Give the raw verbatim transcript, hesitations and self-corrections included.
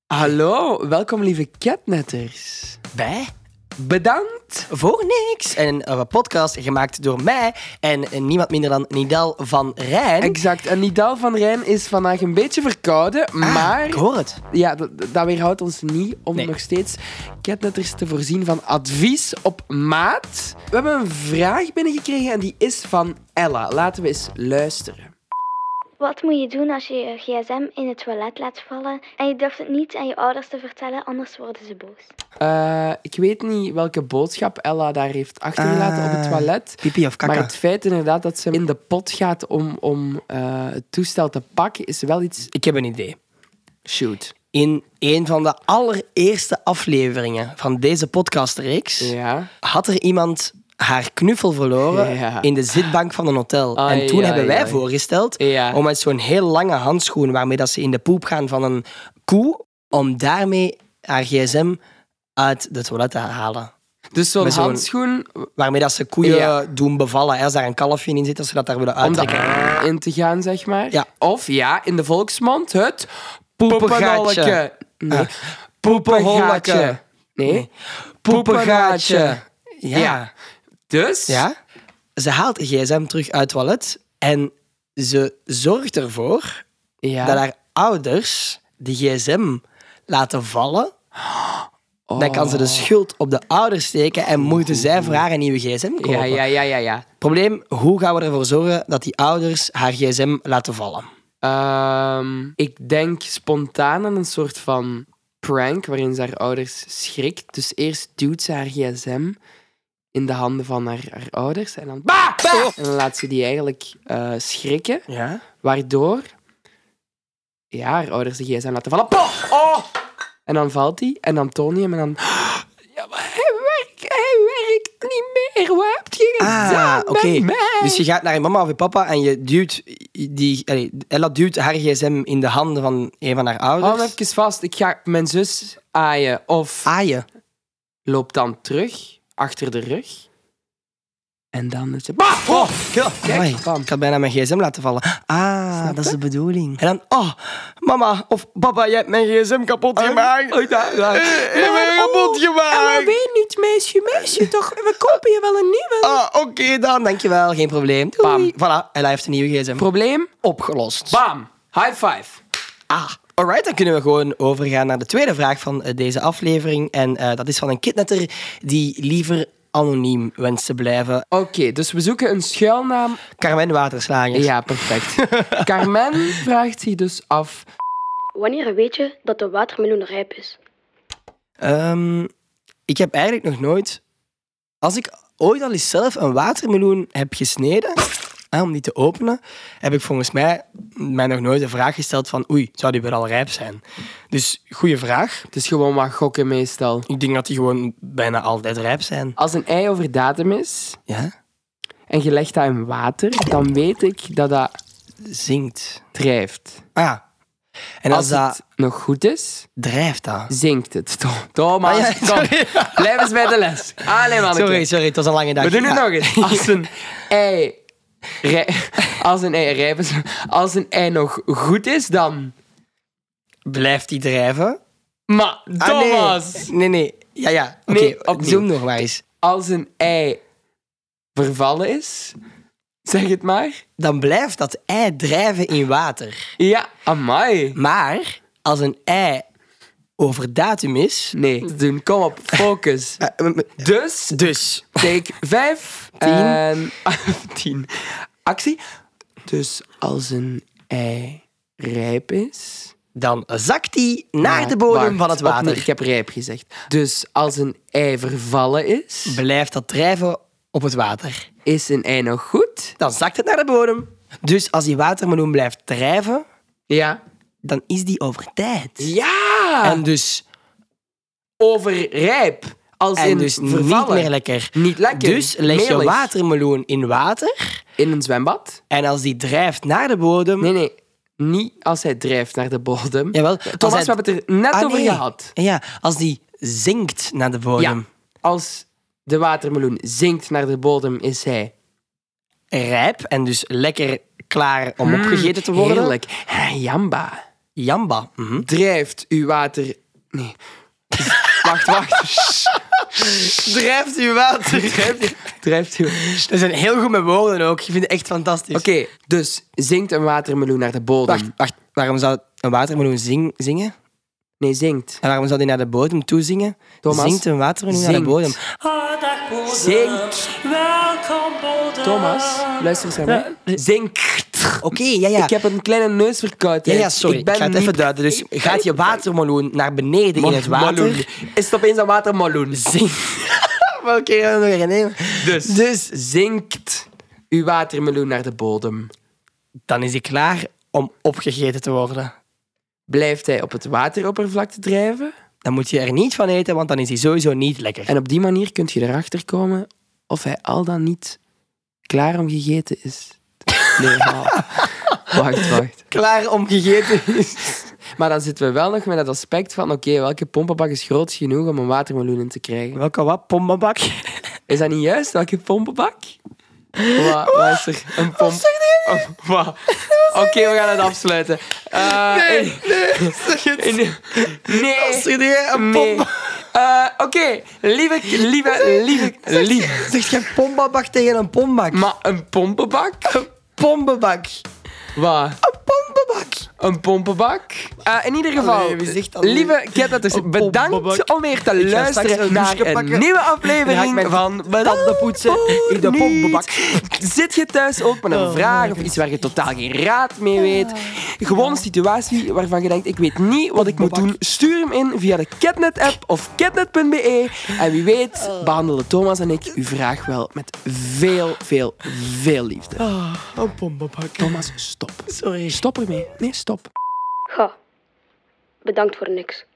Hallo, welkom lieve catnetters. Bij? Bedankt. Voor niks. Een uh, podcast gemaakt door mij en uh, niemand minder dan Nidal van Rijn. Exact, en Nidal van Rijn is vandaag een beetje verkouden, Ah, maar... ik hoor het. Ja, dat, dat weerhoudt ons niet om Nee. nog steeds catnetters te voorzien van advies op maat. We hebben een vraag binnengekregen en die is van Ella. Laten we eens luisteren. Wat moet je doen als je je gsm in het toilet laat vallen en je durft het niet aan je ouders te vertellen, anders worden ze boos? Uh, ik weet niet welke boodschap Ella daar heeft achtergelaten op het toilet. Pipi of kaka. Maar het feit inderdaad dat ze in de pot gaat om, om uh, het toestel te pakken, is wel iets... Ik heb een idee. Shoot. In een van de allereerste afleveringen van deze podcastreeks Ja. had er iemand haar knuffel verloren Ja. in de zitbank van een hotel. Ai, en toen ai, hebben wij ai. voorgesteld Ja. om met zo'n heel lange handschoen waarmee dat ze in de poep gaan van een koe, om daarmee haar gsm uit de toilet te halen. Dus zo'n Met zo'n- handschoen Waarmee dat ze koeien Ja. doen bevallen. Hè. Als daar een kalfje in zit, als ze dat daar willen om daar uittrekken. in te gaan, zeg maar. Ja. Of, ja, in de volksmond, het Poepengaatje. poepenholletje. Nee, Ah. poepengaatje. Nee, Nee. poepengaatje. Ja. Ja. Dus... Ja. Ze haalt de gsm terug uit het toilet en ze zorgt ervoor Ja. dat haar ouders de gsm laten vallen. Oh. Dan kan ze de schuld op de ouders steken en moeten zij voor haar een nieuwe gsm kopen. Ja, ja, ja, ja, ja. Probleem, hoe gaan we ervoor zorgen dat die ouders haar gsm laten vallen? Ehm, ik denk spontaan aan een soort van prank waarin ze haar ouders schrikt. Dus eerst duwt ze haar gsm in de handen van haar, haar ouders en dan... Bah, bah! En dan laat ze die eigenlijk eh, schrikken, Ja? waardoor ja, haar ouders de gsm laten vallen. Poh! Oh! En dan valt die en dan toon je hem en dan... Ja, maar hij werkt, hij werkt niet meer. Wat heb je gedaan Ah, oké. met mij? Dus je gaat naar je mama of je papa en je duwt die... Allee, Ella duwt haar gsm in de handen van een van haar Hou ouders. me even vast. Ik ga mijn zus aaien of Aaien. loop dan terug, achter de rug. En dan is het... Bah! Oh! Kijk, Amai, bam. ik had bijna mijn gsm laten vallen. Ah, Snap dat is je? de bedoeling. En dan, oh, mama of papa, jij hebt mijn gsm kapot gemaakt. Oh, daar, daar. Eh, Je hebt mij kapot En we gemaakt. weten niet, meisje, meisje, toch? We kopen je wel een nieuwe. Ah, oké dan, dankjewel, geen probleem. Doei. Voilà, Ella heeft een nieuwe gsm. Probleem? Opgelost. Bam! High five. Ah, alright, dan kunnen we gewoon overgaan naar de tweede vraag van eh, deze aflevering. En eh, dat is van een kidnetter die liever anoniem wenst te blijven. Oké, dus we zoeken een schuilnaam. Carmen Waterslagers. Ja, perfect. Carmen vraagt zich dus af... Wanneer weet je dat de watermeloen rijp is? Ehm, ik heb eigenlijk nog nooit... Als ik ooit al eens zelf een watermeloen heb gesneden, ah, om die te openen, heb ik volgens mij mij nog nooit de vraag gesteld van oei, zou die weer al rijp zijn? Dus, goede vraag. Het is gewoon wat gokken meestal. Ik denk dat die gewoon bijna altijd rijp zijn. Als een ei over datum is Ja? en je legt dat in water, dan weet ik dat dat Zinkt. drijft. Ah. En als, Als dat het nog goed is, drijft, dat... zinkt het. Tho- Thomas, Ah, ja, kom. sorry. Blijf eens bij de les. Allee, manneke. Sorry, sorry, het was een lange dag. We doen het Ja. nog eens. Als een ei... rij- Als een ei rijp is... Als een ei nog goed is, dan... Blijft die drijven? Maar, Ah, Thomas! nee. Nee, nee. Ja, ja. Oké, Nee, opnieuw. zoom nog maar eens. Als een ei vervallen is... Zeg het maar. Dan blijft dat ei drijven in water. Ja, amai. Maar als een ei over datum is... Nee, te doen. Kom op, focus. eh, m- m- Dus, Dus, take vijf. Tien. En... Tien. Actie. Dus als een ei rijp is... dan zakt die naar Maar de bodem wacht, van het water. opnieuw, ik heb rijp gezegd. Dus als een ei vervallen is, Blijft dat drijven op het water. is een ei nog goed? Dan zakt het naar de bodem. Dus als die watermeloen blijft drijven, Ja. dan is die over tijd. Ja! En dus, over rijp. Als en in dus vervallen. niet meer lekker. Niet lekker. Dus leg je melig. watermeloen in water. In een zwembad? En als die drijft naar de bodem... Nee, nee. Niet als hij drijft naar de bodem. Jawel, Thomas, als hij- we hebben het er net Ah, over nee. gehad. Ja, als die zinkt naar de bodem. Ja. Als de watermeloen zinkt naar de bodem, is hij... Rijp en dus lekker klaar om opgegeten te worden. Heerlijk. Ah, Jamba. Jamba. Mhm. drijft uw water... Nee. Wacht, wacht. Shh. Drijft uw water. Drijft, drijft uw... Dat zijn heel goed met woorden ook. Je vindt het echt fantastisch. Oké, dus zinkt een watermeloen naar de bodem. Wacht, wacht. Waarom zou een watermeloen zing, zingen? Nee, zinkt. En waarom zou die naar de bodem toe zingen? Thomas, Zingt een watermeloen naar de zingt. bodem. Oh, dag bodem. Zingt. Welkom bodem. Thomas, luister eens naar mij. Zinkt. Oké, ja, ja. Ik heb een kleine neusverkoudheid. Ja, ja, sorry. Ik, ben ga het niet- even duiden. Dus gaat je watermeloen naar beneden in het water? Meloen. Is het opeens een watermeloen? Zing. Oké, gaan we nog weer nemen. Dus, Dus zinkt uw watermeloen naar de bodem. dan is hij klaar om opgegeten te worden. Blijft hij op het wateroppervlakte drijven? Dan moet je er niet van eten, want dan is hij sowieso niet lekker. En op die manier kun je erachter komen of hij al dan niet klaar om gegeten is. Nee, oh. wacht, wacht. Klaar om gegeten is. Maar dan zitten we wel nog met het aspect van oké, welke pompenbak is groot genoeg om een watermeloen in te krijgen? Welke wat? Pompenbak? Is dat niet juist? Welke pompenbak? Wat, wat is er? Een pomp... Oh, wat? Oké, we gaan het afsluiten. Uh, Nee, in- nee, zeg het. in- nee. Zeg jij een Nee. pomp... Uh, Oké, lieve, lieve, lieve, lieve. Zeg jij pompenbak tegen een pompbak? Maar een pompenbak? Pompenbak. Wat? Een pompenbak. Een pompenbak? Uh, in ieder geval, Allee, wie zegt dat nu? lieve catnetters, Een bedankt pompenbak. om weer te ga straks luisteren een naar douche een pakken. nieuwe Dan ga ik aflevering mijn van tanden poetsen in de Niet. pompenbak. Zit je thuis ook met een Oh, vraag my of God. iets waar je totaal geen raad mee weet? Gewoon een situatie waarvan je denkt, ik weet niet wat ik moet doen. Stuur hem in via de Catnet-app of catnet punt be. En wie weet behandelen Thomas en ik uw vraag wel met veel, veel, veel liefde. Oh, een pompenbak. Thomas, stop. Sorry. Stop ermee. Nee, stop. Ga. Bedankt voor niks.